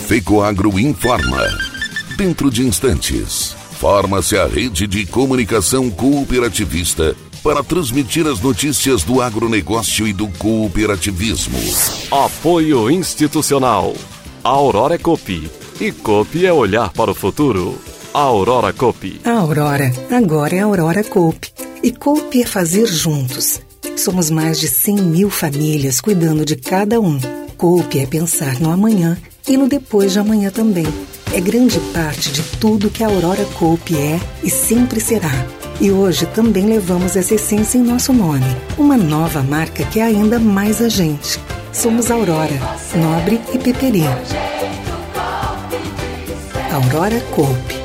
FECOAGRO informa. Dentro de instantes, forma-se a rede de comunicação cooperativista para transmitir as notícias do agronegócio e do cooperativismo. Apoio institucional. A Aurora é Coop. E Coop é olhar para o futuro. A Aurora Coop. A Aurora agora é a Aurora Coop. E Coop é fazer juntos. Somos mais de 100 mil famílias cuidando de cada um. Coop é pensar no amanhã e no depois de amanhã também. É grande parte de tudo que a Aurora Coop é e sempre será. E hoje também levamos essa essência em nosso nome. Uma nova marca que é ainda mais a gente. Somos Aurora, Nobre e Peperi. Aurora Coop.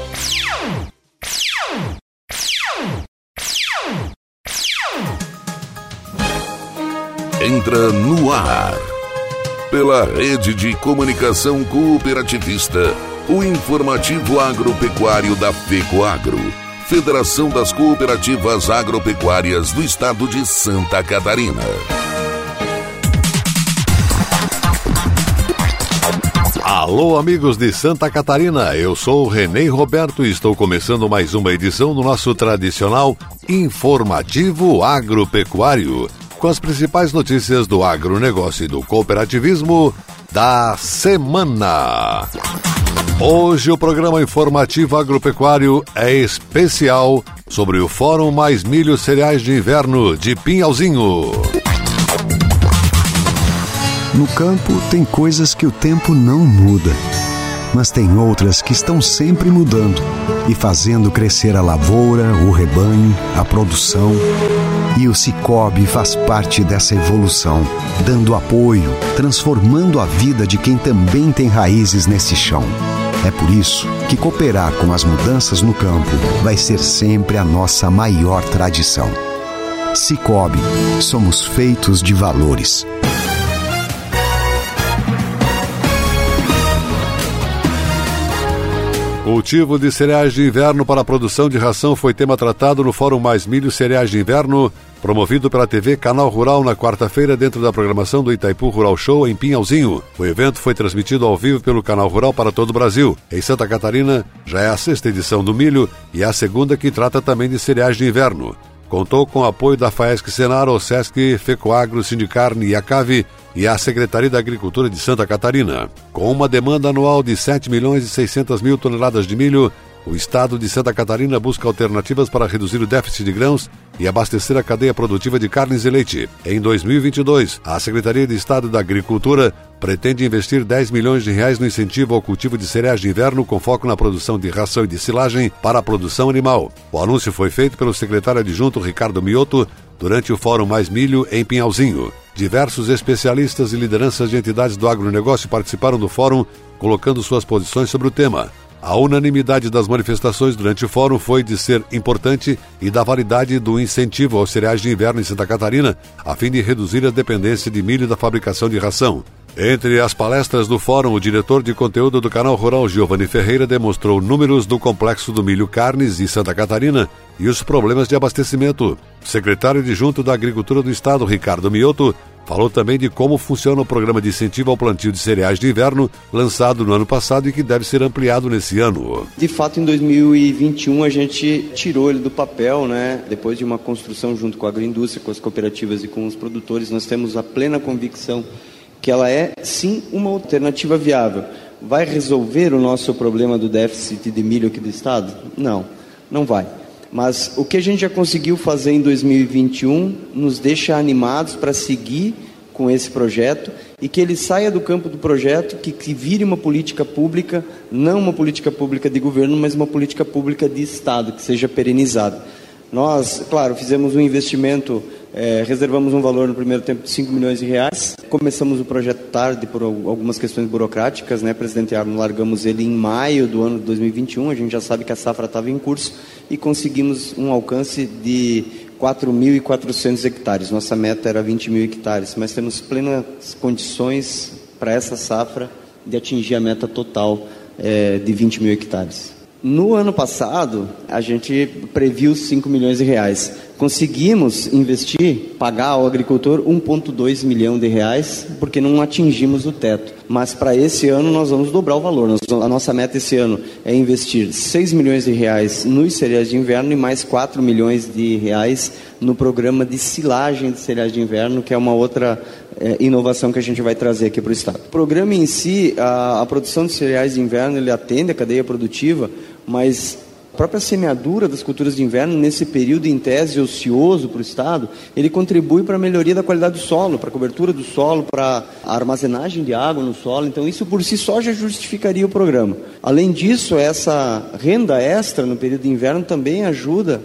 Entra no ar. Pela Rede de Comunicação Cooperativista, o informativo agropecuário da FECOAGRO, Federação das Cooperativas Agropecuárias do Estado de Santa Catarina. Alô, amigos de Santa Catarina, eu sou o Renê Roberto e estou começando mais uma edição do nosso tradicional informativo agropecuário, com as principais notícias do agronegócio e do cooperativismo da semana. Hoje o programa informativo agropecuário é especial sobre o Fórum Mais Milho Cereais de Inverno de Pinhalzinho. No campo tem coisas que o tempo não muda, mas tem outras que estão sempre mudando e fazendo crescer a lavoura, o rebanho, a produção. E o Cicobi faz parte dessa evolução, dando apoio, transformando a vida de quem também tem raízes nesse chão. É por isso que cooperar com as mudanças no campo vai ser sempre a nossa maior tradição. Cicobi, somos feitos de valores. Cultivo de cereais de inverno para a produção de ração foi tema tratado no Fórum Mais Milho Cereais de Inverno, promovido pela TV Canal Rural na quarta-feira dentro da programação do Itaipu Rural Show em Pinhalzinho. O evento foi transmitido ao vivo pelo Canal Rural para todo o Brasil. Em Santa Catarina, já é a 6ª edição do milho e a 2ª que trata também de cereais de inverno. Contou com o apoio da FAESC Senar, o SESC, FECOAGRO, Sindicarne e a CAVE e a Secretaria da Agricultura de Santa Catarina. Com uma demanda anual de 7.600.000 toneladas de milho, o Estado de Santa Catarina busca alternativas para reduzir o déficit de grãos e abastecer a cadeia produtiva de carnes e leite. Em 2022, a Secretaria de Estado da Agricultura pretende investir R$10 milhões no incentivo ao cultivo de cereais de inverno com foco na produção de ração e de silagem para a produção animal. O anúncio foi feito pelo secretário adjunto Ricardo Mioto durante o Fórum Mais Milho em Pinhalzinho. Diversos especialistas e lideranças de entidades do agronegócio participaram do fórum, colocando suas posições sobre o tema. A unanimidade das manifestações durante o fórum foi de ser importante e da validade do incentivo aos cereais de inverno em Santa Catarina, a fim de reduzir a dependência de milho da fabricação de ração. Entre as palestras do fórum, o diretor de conteúdo do Canal Rural, Giovanni Ferreira, demonstrou números do complexo do milho carnes em Santa Catarina e os problemas de abastecimento. O secretário adjunto da Agricultura do Estado, Ricardo Mioto, falou também de como funciona o programa de incentivo ao plantio de cereais de inverno, lançado no ano passado e que deve ser ampliado nesse ano. De fato, em 2021 a gente tirou ele do papel, né? Depois de uma construção junto com a agroindústria, com as cooperativas e com os produtores, nós temos a plena convicção que ela é, sim, uma alternativa viável. Vai resolver o nosso problema do déficit de milho aqui do Estado? Não, não vai. Mas o que a gente já conseguiu fazer em 2021 nos deixa animados para seguir com esse projeto e que ele saia do campo do projeto, que vire uma política pública, não uma política pública de governo, mas uma política pública de Estado, que seja perenizada. Nós, claro, fizemos um investimento, reservamos um valor no primeiro tempo de R$5 milhões. Começamos o projeto tarde por algumas questões burocráticas, né, presidente Arno? Largamos ele em maio do ano de 2021, a gente já sabe que a safra estava em curso e conseguimos um alcance de 4.400 hectares. Nossa meta era 20 mil hectares, mas temos plenas condições para essa safra de atingir a meta total de 20 mil hectares. No ano passado, a gente previu 5 milhões de reais. Conseguimos investir, pagar ao agricultor 1,2 milhão de reais, porque não atingimos o teto. Mas para esse ano nós vamos dobrar o valor. A nossa meta esse ano é investir 6 milhões de reais nos cereais de inverno e mais 4 milhões de reais no programa de silagem de cereais de inverno, que é uma outra inovação que a gente vai trazer aqui para o Estado. O programa em si, a produção de cereais de inverno, ele atende a cadeia produtiva, mas a própria semeadura das culturas de inverno, nesse período em tese ocioso para o Estado, ele contribui para a melhoria da qualidade do solo, para a cobertura do solo, para a armazenagem de água no solo. Então isso por si só já justificaria o programa. Além disso, essa renda extra no período de inverno também ajuda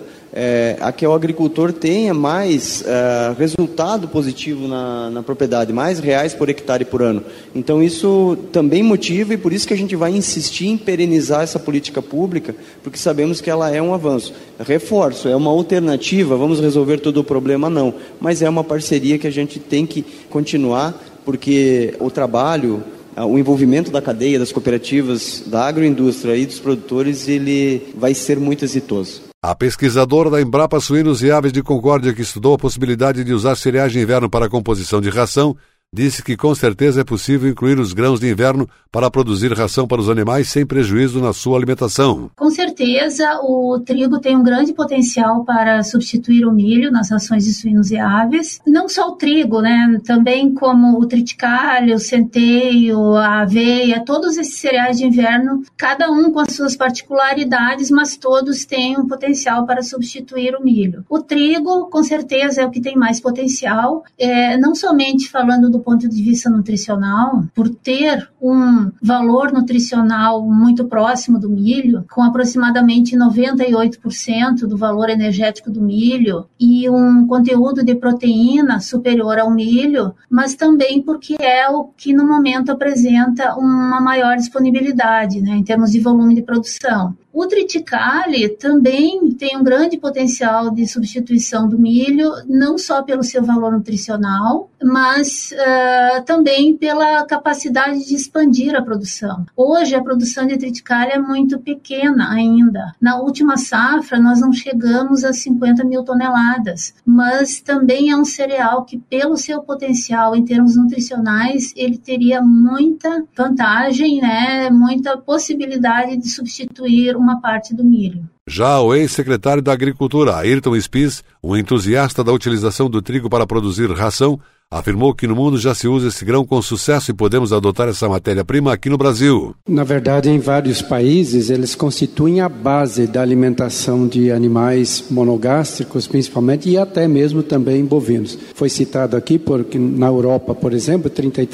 a que o agricultor tenha mais resultado positivo na propriedade, mais reais por hectare por ano. Então isso também motiva, e por isso que a gente vai insistir em perenizar essa política pública, porque sabemos que ela é um avanço. Reforço, é uma alternativa, vamos resolver todo o problema? Não, mas é uma parceria que a gente tem que continuar, porque o trabalho, o envolvimento da cadeia, das cooperativas, da agroindústria e dos produtores, ele vai ser muito exitoso. A pesquisadora da Embrapa Suínos e Aves de Concórdia, que estudou a possibilidade de usar cereais de inverno para a composição de ração, disse que com certeza é possível incluir os grãos de inverno para produzir ração para os animais sem prejuízo na sua alimentação. Com certeza, o trigo tem um grande potencial para substituir o milho nas rações de suínos e aves. Não só o trigo, né? Também como o triticale, o centeio, a aveia, todos esses cereais de inverno, cada um com as suas particularidades, mas todos têm um potencial para substituir o milho. O trigo, com certeza, é o que tem mais potencial, não somente falando do ponto de vista nutricional, por ter um valor nutricional muito próximo do milho, com aproximadamente 98% do valor energético do milho e um conteúdo de proteína superior ao milho, mas também porque é o que no momento apresenta uma maior disponibilidade, né, em termos de volume de produção. O triticale também tem um grande potencial de substituição do milho, não só pelo seu valor nutricional, mas também pela capacidade de expandir a produção. Hoje, a produção de triticale é muito pequena ainda. Na última safra, nós não chegamos a 50 mil toneladas, mas também é um cereal que, pelo seu potencial em termos nutricionais, ele teria muita vantagem, né, muita possibilidade de substituir uma parte do milho. Já o ex-secretário da Agricultura, Ayrton Spies, um entusiasta da utilização do trigo para produzir ração, afirmou que no mundo já se usa esse grão com sucesso e podemos adotar essa matéria-prima aqui no Brasil. Na verdade, em vários países, eles constituem a base da alimentação de animais monogástricos, principalmente, e até mesmo também bovinos. Foi citado aqui porque na Europa, por exemplo,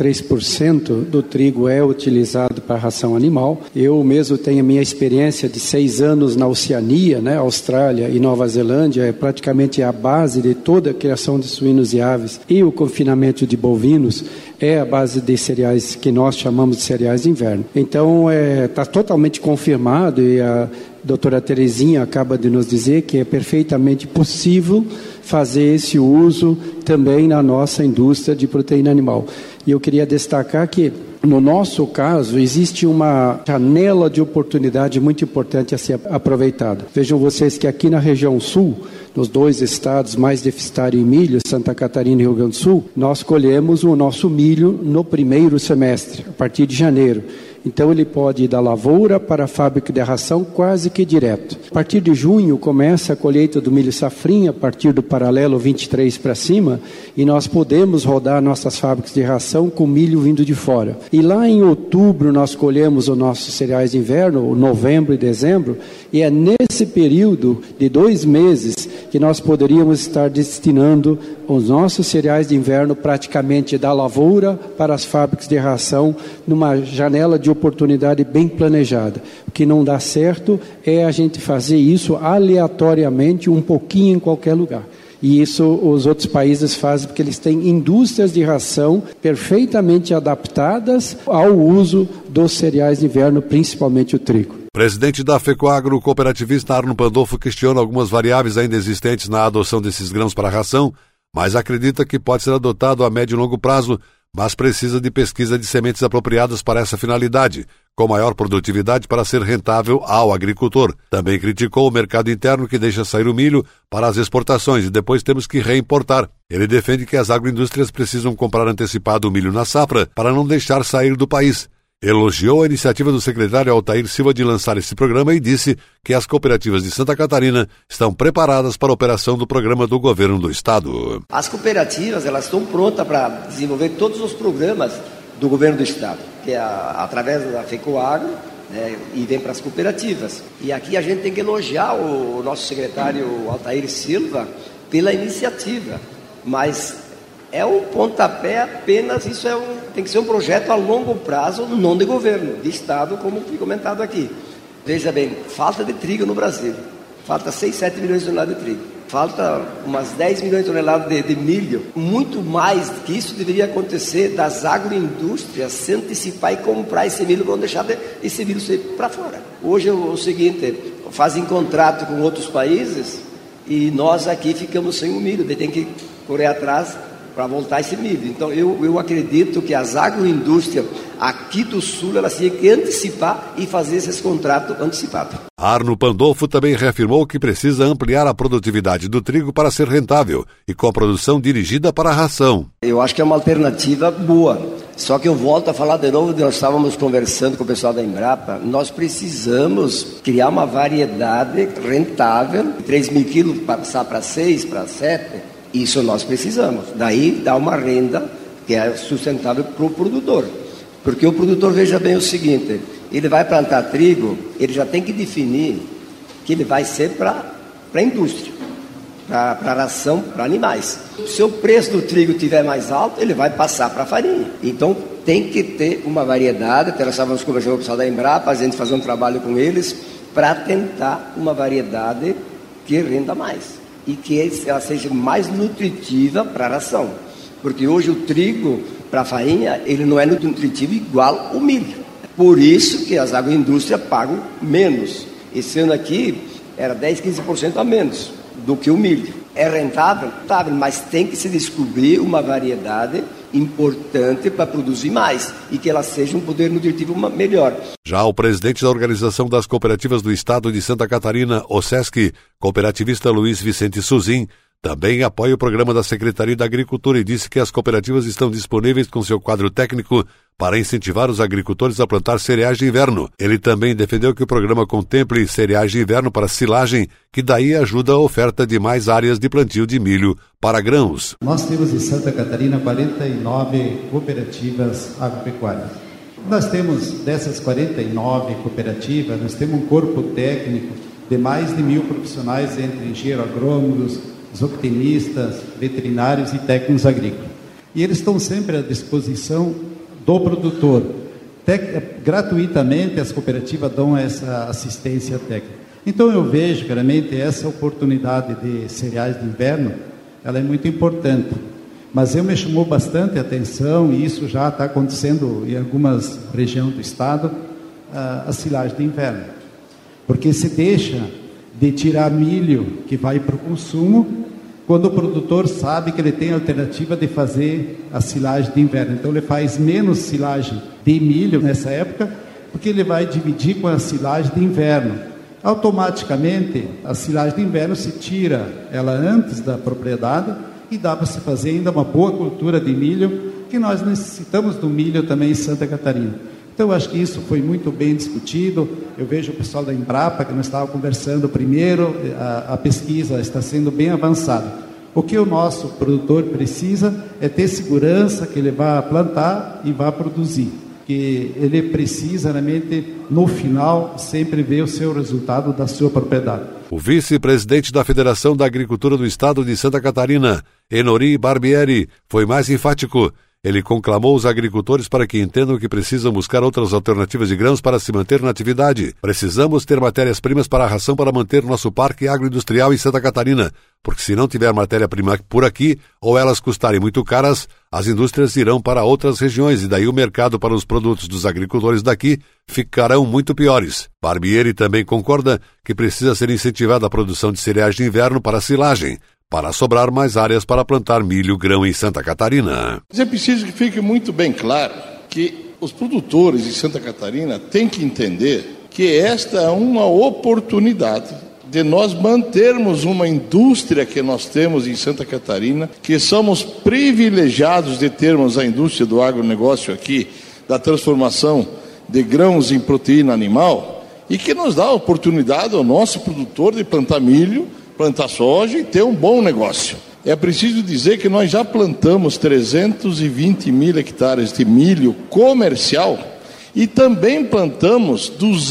33% do trigo é utilizado para ração animal. Eu mesmo tenho a minha experiência de 6 anos na Oceania, né, Austrália e Nova Zelândia, é praticamente a base de toda a criação de suínos e aves e o confinamento de bovinos é a base de cereais que nós chamamos de cereais de inverno. Então, está totalmente confirmado, e a doutora Terezinha acaba de nos dizer que é perfeitamente possível fazer esse uso também na nossa indústria de proteína animal. E eu queria destacar que, no nosso caso, existe uma janela de oportunidade muito importante a ser aproveitada. Vejam vocês que aqui na região sul, nos 2 estados mais deficitários em milho, Santa Catarina e Rio Grande do Sul, nós colhemos o nosso milho no primeiro semestre, a partir de janeiro. Então ele pode ir da lavoura para a fábrica de ração quase que direto. A partir de junho começa a colheita do milho safrinha, a partir do paralelo 23 para cima, e nós podemos rodar nossas fábricas de ração com milho vindo de fora. E lá em outubro nós colhemos os nossos cereais de inverno, novembro e dezembro, e é nesse período de 2 meses que nós poderíamos estar destinando os nossos cereais de inverno praticamente da lavoura para as fábricas de ração, numa janela de oportunidade bem planejada. O que não dá certo é a gente fazer isso aleatoriamente, um pouquinho em qualquer lugar. E isso os outros países fazem porque eles têm indústrias de ração perfeitamente adaptadas ao uso dos cereais de inverno, principalmente o trigo. Presidente da FECOAGRO, o cooperativista Arno Pandolfo, questiona algumas variáveis ainda existentes na adoção desses grãos para a ração, mas acredita que pode ser adotado a médio e longo prazo mas precisa de pesquisa de sementes apropriadas para essa finalidade, com maior produtividade para ser rentável ao agricultor. Também criticou o mercado interno que deixa sair o milho para as exportações e depois temos que reimportar. Ele defende que as agroindústrias precisam comprar antecipado o milho na safra para não deixar sair do país. Elogiou a iniciativa do secretário Altair Silva de lançar esse programa e disse que as cooperativas de Santa Catarina estão preparadas para a operação do programa do governo do estado. As cooperativas elas estão prontas para desenvolver todos os programas do governo do estado, que é através da FECOAGRO, né, e vem para as cooperativas. E aqui a gente tem que elogiar o nosso secretário Altair Silva pela iniciativa, mas é um pontapé apenas, isso tem que ser um projeto a longo prazo, não de governo, de estado, como foi comentado aqui. Veja bem, falta de trigo no Brasil, falta 6, 7 milhões de toneladas de trigo, falta umas 10 milhões de toneladas de milho. Muito mais que isso deveria acontecer das agroindústrias se antecipar e comprar esse milho para não deixar esse milho ser para fora. Hoje é o seguinte, fazem contrato com outros países e nós aqui ficamos sem o milho, daí tem que correr atrás para voltar esse milho. Então eu acredito que as agroindústrias aqui do Sul elas tinham que antecipar e fazer esses contratos antecipados. Arno Pandolfo também reafirmou que precisa ampliar a produtividade do trigo para ser rentável e com a produção dirigida para a ração. Eu acho que é uma alternativa boa. Só que eu volto a falar de novo, nós estávamos conversando com o pessoal da Embrapa, nós precisamos criar uma variedade rentável, 3 mil quilos passar para 6, para 7. Isso nós precisamos. Daí dá uma renda que é sustentável para o produtor. Porque o produtor, veja bem o seguinte, ele vai plantar trigo, ele já tem que definir que ele vai ser para a indústria, para ração, para animais. Se o preço do trigo estiver mais alto, ele vai passar para a farinha. Então tem que ter uma variedade, até nós estávamos conversando com o pessoal da Embrapa, a gente fazer um trabalho com eles, para tentar uma variedade que renda mais e que ela seja mais nutritiva para a ração. Porque hoje o trigo, para a farinha, ele não é nutritivo igual o milho. Por isso que as agroindústrias pagam menos. Esse ano aqui era 10, 15% a menos do que o milho. É rentável? Rentável, mas tem que se descobrir uma variedade importante para produzir mais e que ela seja um poder nutritivo melhor. Já o presidente da Organização das Cooperativas do Estado de Santa Catarina, OSESC, cooperativista Luiz Vicente Suzin, também apoia o programa da Secretaria da Agricultura e disse que as cooperativas estão disponíveis com seu quadro técnico para incentivar os agricultores a plantar cereais de inverno. Ele também defendeu que o programa contemple cereais de inverno para silagem, que daí ajuda a oferta de mais áreas de plantio de milho para grãos. Nós temos em Santa Catarina 49 cooperativas agropecuárias. Nós temos, dessas 49 cooperativas, nós temos um corpo técnico de mais de 1.000 profissionais, entre engenheiros agrônomos, zootecnistas, veterinários e técnicos agrícolas. E eles estão sempre à disposição do produtor. Gratuitamente as cooperativas dão essa assistência técnica. Então eu vejo claramente essa oportunidade de cereais de inverno, ela é muito importante. Mas me chamou bastante a atenção, e isso já está acontecendo em algumas regiões do estado, a silagem de inverno. Porque se deixa de tirar milho que vai para o consumo, quando o produtor sabe que ele tem a alternativa de fazer a silagem de inverno. Então ele faz menos silagem de milho nessa época, porque ele vai dividir com a silagem de inverno. Automaticamente, a silagem de inverno se tira ela antes da propriedade e dá para se fazer ainda uma boa cultura de milho, que nós necessitamos do milho também em Santa Catarina. Então, eu acho que isso foi muito bem discutido. Eu vejo o pessoal da Embrapa, que nós estávamos conversando primeiro, a pesquisa está sendo bem avançada. O que o nosso produtor precisa é ter segurança que ele vai plantar e vai produzir. Que ele precisa, realmente, no final, sempre ver o seu resultado da sua propriedade. O vice-presidente da Federação da Agricultura do Estado de Santa Catarina, Enori Barbieri, foi mais enfático. Ele conclamou os agricultores para que entendam que precisam buscar outras alternativas de grãos para se manter na atividade. Precisamos ter matérias-primas para a ração para manter nosso parque agroindustrial em Santa Catarina, porque se não tiver matéria-prima por aqui, ou elas custarem muito caras, as indústrias irão para outras regiões e daí o mercado para os produtos dos agricultores daqui ficarão muito piores. Barbieri também concorda que precisa ser incentivada a produção de cereais de inverno para silagem. para sobrar mais áreas para plantar milho grão em Santa Catarina. Mas é preciso que fique muito bem claro que os produtores de Santa Catarina têm que entender que esta é uma oportunidade de nós mantermos uma indústria que nós temos em Santa Catarina, que somos privilegiados de termos a indústria do agronegócio aqui, da transformação de grãos em proteína animal, e que nos dá a oportunidade ao nosso produtor de plantar milho, plantar soja e ter um bom negócio. É preciso dizer que nós já plantamos 320 mil hectares de milho comercial e também plantamos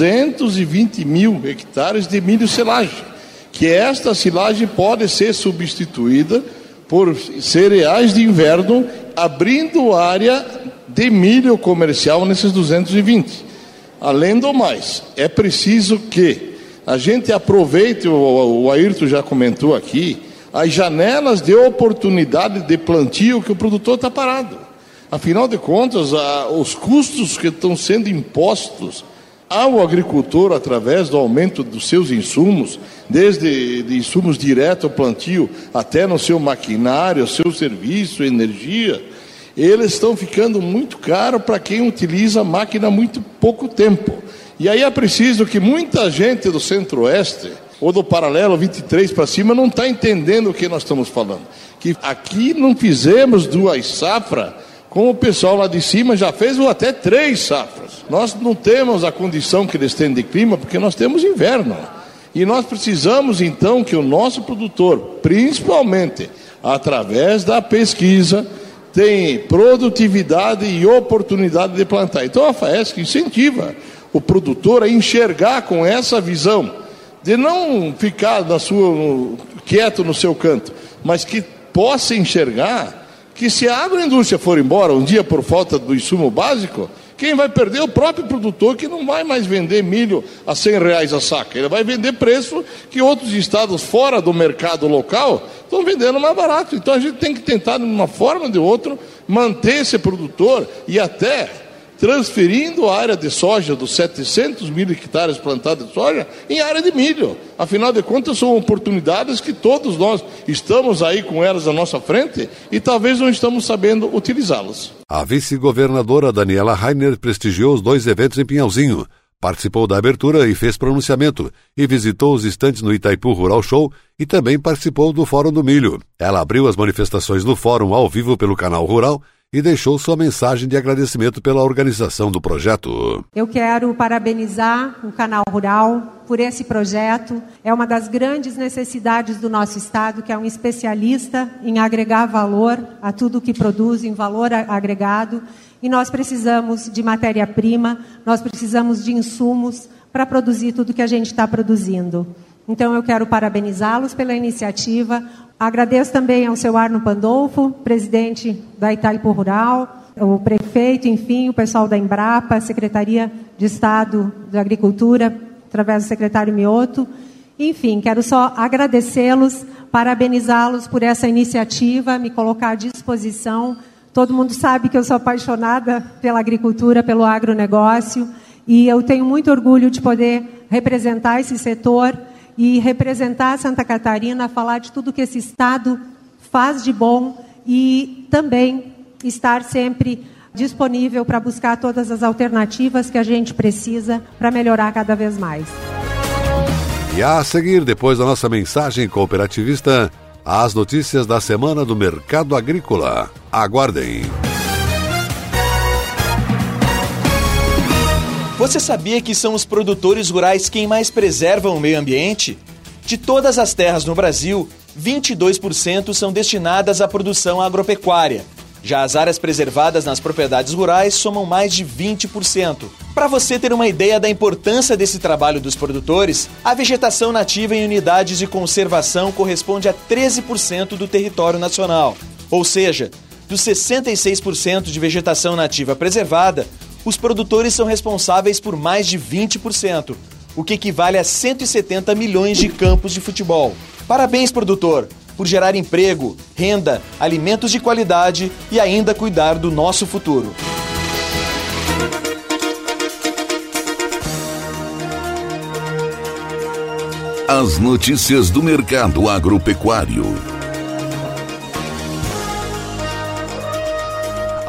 220 mil hectares de milho silagem, que esta silagem pode ser substituída por cereais de inverno, abrindo área de milho comercial nesses 220. Além do mais, é preciso que a gente aproveite, o Ayrton já comentou aqui, as janelas de oportunidade de plantio que o produtor está parado. Afinal de contas, os custos que estão sendo impostos ao agricultor através do aumento dos seus insumos, desde de insumos direto ao plantio até no seu maquinário, seu serviço, energia, eles estão ficando muito caros para quem utiliza a máquina há muito pouco tempo. E aí é preciso que muita gente do Centro-Oeste ou do Paralelo 23 para cima não está entendendo o que nós estamos falando. Que aqui não fizemos 2 safras, como o pessoal lá de cima já fez, ou até 3 safras. Nós não temos a condição que eles têm de clima, porque nós temos inverno. E nós precisamos, então, que o nosso produtor, principalmente através da pesquisa, tenha produtividade e oportunidade de plantar. Então a FAESC incentiva o produtor a enxergar com essa visão, de não ficar quieto no seu canto, mas que possa enxergar que se a agroindústria for embora um dia por falta do insumo básico, quem vai perder é o próprio produtor, que não vai mais vender milho a R$100 a saca. Ele vai vender preço que outros estados fora do mercado local estão vendendo mais barato. Então a gente tem que tentar, de uma forma ou de outra, manter esse produtor e até transferindo a área de soja dos 700 mil hectares plantados de soja em área de milho. Afinal de contas, são oportunidades que todos nós estamos aí com elas à nossa frente e talvez não estamos sabendo utilizá-las. A vice-governadora Daniela Rainer prestigiou os 2 eventos em Pinhalzinho, participou da abertura e fez pronunciamento, e visitou os estandes no Itaipu Rural Show e também participou do Fórum do Milho. Ela abriu as manifestações do Fórum ao vivo pelo Canal Rural e deixou sua mensagem de agradecimento pela organização do projeto. Eu quero parabenizar o Canal Rural por esse projeto. É uma das grandes necessidades do nosso estado, que é um especialista em agregar valor a tudo que produz, em valor agregado. E nós precisamos de matéria-prima, nós precisamos de insumos para produzir tudo que a gente está produzindo. Então eu quero parabenizá-los pela iniciativa. Agradeço também ao seu Arno Pandolfo, presidente da Itaipu Rural, o prefeito, enfim, o pessoal da Embrapa, a Secretaria de Estado da Agricultura, através do secretário Mioto. Enfim, quero só agradecê-los, parabenizá-los por essa iniciativa, me colocar à disposição. Todo mundo sabe que eu sou apaixonada pela agricultura, pelo agronegócio, e eu tenho muito orgulho de poder representar esse setor e representar Santa Catarina, falar de tudo que esse estado faz de bom e também estar sempre disponível para buscar todas as alternativas que a gente precisa para melhorar cada vez mais. E a seguir, depois da nossa mensagem cooperativista, as notícias da semana do mercado agrícola. Aguardem. Você sabia que são os produtores rurais quem mais preservam o meio ambiente? De todas as terras no Brasil, 22% são destinadas à produção agropecuária. Já as áreas preservadas nas propriedades rurais somam mais de 20%. Para você ter uma ideia da importância desse trabalho dos produtores, a vegetação nativa em unidades de conservação corresponde a 13% do território nacional. Ou seja, dos 66% de vegetação nativa preservada, os produtores são responsáveis por mais de 20%, o que equivale a 170 milhões de campos de futebol. Parabéns, produtor, por gerar emprego, renda, alimentos de qualidade e ainda cuidar do nosso futuro. As notícias do mercado agropecuário.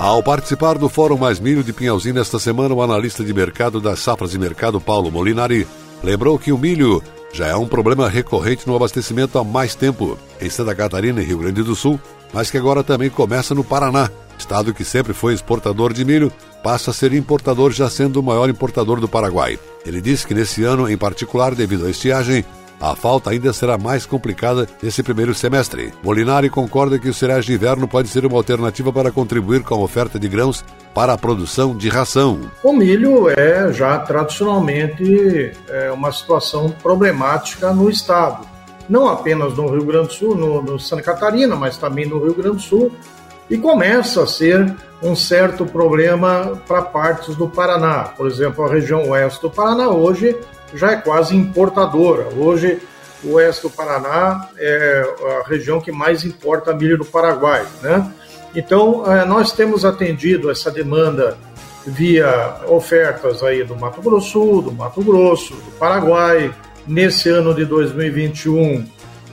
Ao participar do Fórum Mais Milho de Pinhalzinho nesta semana, o analista de mercado das safras de mercado, Paulo Molinari, lembrou que o milho já é um problema recorrente no abastecimento há mais tempo em Santa Catarina e Rio Grande do Sul, mas que agora também começa no Paraná. Estado que sempre foi exportador de milho, passa a ser importador, já sendo o maior importador do Paraguai. Ele disse que nesse ano, em particular, devido à estiagem, a falta ainda será mais complicada nesse primeiro semestre. Molinari concorda que os cereais de inverno pode ser uma alternativa para contribuir com a oferta de grãos para a produção de ração. O milho é já tradicionalmente uma situação problemática no estado. Não apenas no Rio Grande do Sul, no Santa Catarina, mas também no Rio Grande do Sul. E começa a ser um certo problema para partes do Paraná. Por exemplo, a região oeste do Paraná hoje já é quase importadora. Hoje, o oeste do Paraná é a região que mais importa milho do Paraguai, né? Então, nós temos atendido essa demanda via ofertas aí do Mato Grosso do Sul, do Mato Grosso, do Paraguai. Nesse ano de 2021,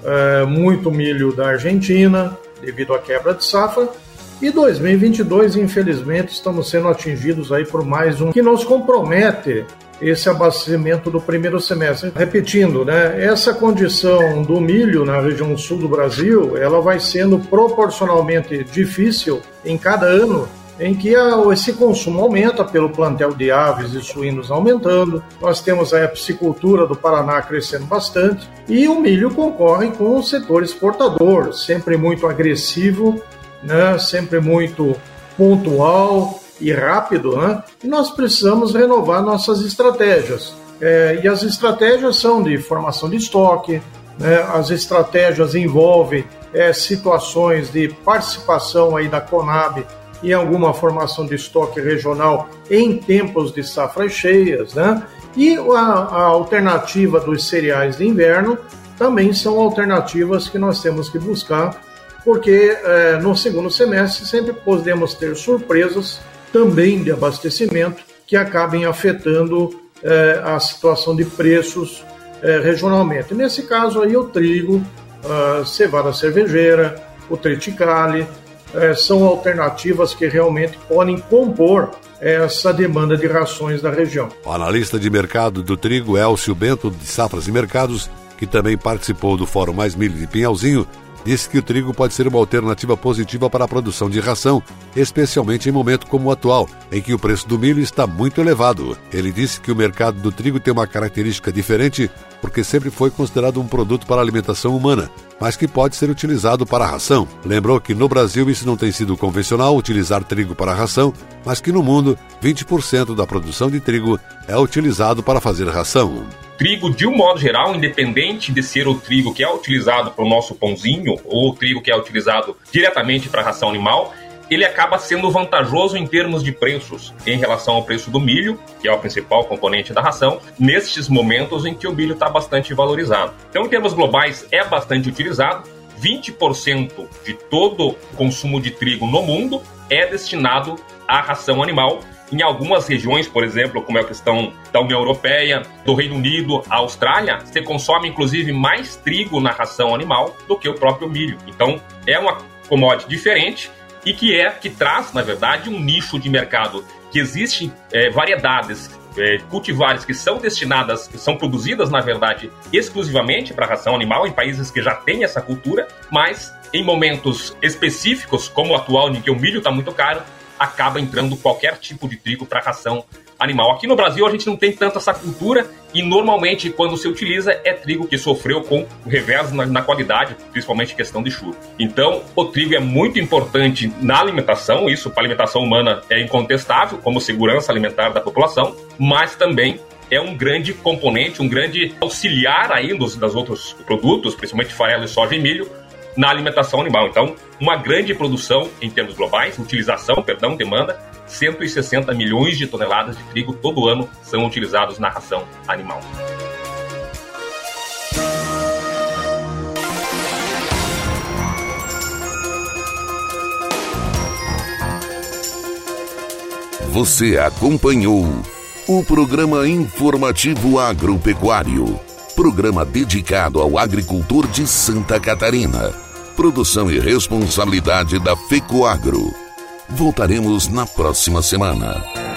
muito milho da Argentina, devido à quebra de safra. E 2022, infelizmente, estamos sendo atingidos aí por mais um que nos compromete esse abastecimento do primeiro semestre. Repetindo, né, essa condição do milho na região sul do Brasil, ela vai sendo proporcionalmente difícil em cada ano em que esse consumo aumenta pelo plantel de aves e suínos aumentando. Nós temos a piscicultura do Paraná crescendo bastante e o milho concorre com o setor exportador, sempre muito agressivo, né, sempre muito pontual e rápido, né? E nós precisamos renovar nossas estratégias. E as estratégias são de formação de estoque, né? As estratégias envolvem situações de participação aí da Conab em alguma formação de estoque regional em tempos de safras cheias, né? E a alternativa dos cereais de inverno também são alternativas que nós temos que buscar, porque no segundo semestre sempre podemos ter surpresas também de abastecimento que acabem afetando a situação de preços regionalmente. Nesse caso aí o trigo, a cevada cervejeira, o triticale, são alternativas que realmente podem compor essa demanda de rações da região. O analista de mercado do trigo, Elcio Bento, de Safras e Mercados, que também participou do Fórum Mais Milho de Pinhalzinho, disse que o trigo pode ser uma alternativa positiva para a produção de ração, especialmente em momento como o atual, em que o preço do milho está muito elevado. Ele disse que o mercado do trigo tem uma característica diferente, porque sempre foi considerado um produto para a alimentação humana, mas que pode ser utilizado para a ração. Lembrou que no Brasil isso não tem sido convencional, utilizar trigo para a ração, mas que no mundo, 20% da produção de trigo é utilizado para fazer ração. Trigo, de um modo geral, independente de ser o trigo que é utilizado para o nosso pãozinho ou o trigo que é utilizado diretamente para a ração animal, ele acaba sendo vantajoso em termos de preços em relação ao preço do milho, que é o principal componente da ração, nestes momentos em que o milho está bastante valorizado. Então, em termos globais, é bastante utilizado. 20% de todo o consumo de trigo no mundo é destinado à ração animal. Em algumas regiões, por exemplo, como é a questão da União Europeia, do Reino Unido, a Austrália, você consome inclusive mais trigo na ração animal do que o próprio milho. Então, é uma commodity diferente e que traz, na verdade, um nicho de mercado que existem variedades cultivares que são destinadas, que são produzidas, na verdade, exclusivamente para ração animal em países que já têm essa cultura, mas em momentos específicos, como o atual, em que o milho está muito caro, acaba entrando qualquer tipo de trigo para ração animal. Aqui no Brasil a gente não tem tanto essa cultura e normalmente quando se utiliza é trigo que sofreu com o revés na qualidade, principalmente questão de chuva. Então o trigo é muito importante na alimentação, isso para a alimentação humana é incontestável, como segurança alimentar da população, mas também é um grande componente, um grande auxiliar aí dos outros produtos, principalmente farelo, soja e milho, na alimentação animal. Então, uma grande produção em termos globais, demanda, 160 milhões de toneladas de trigo todo ano são utilizados na ração animal. Você acompanhou o programa informativo agropecuário, programa dedicado ao agricultor de Santa Catarina. Produção e responsabilidade da FECOAGRO. Voltaremos na próxima semana.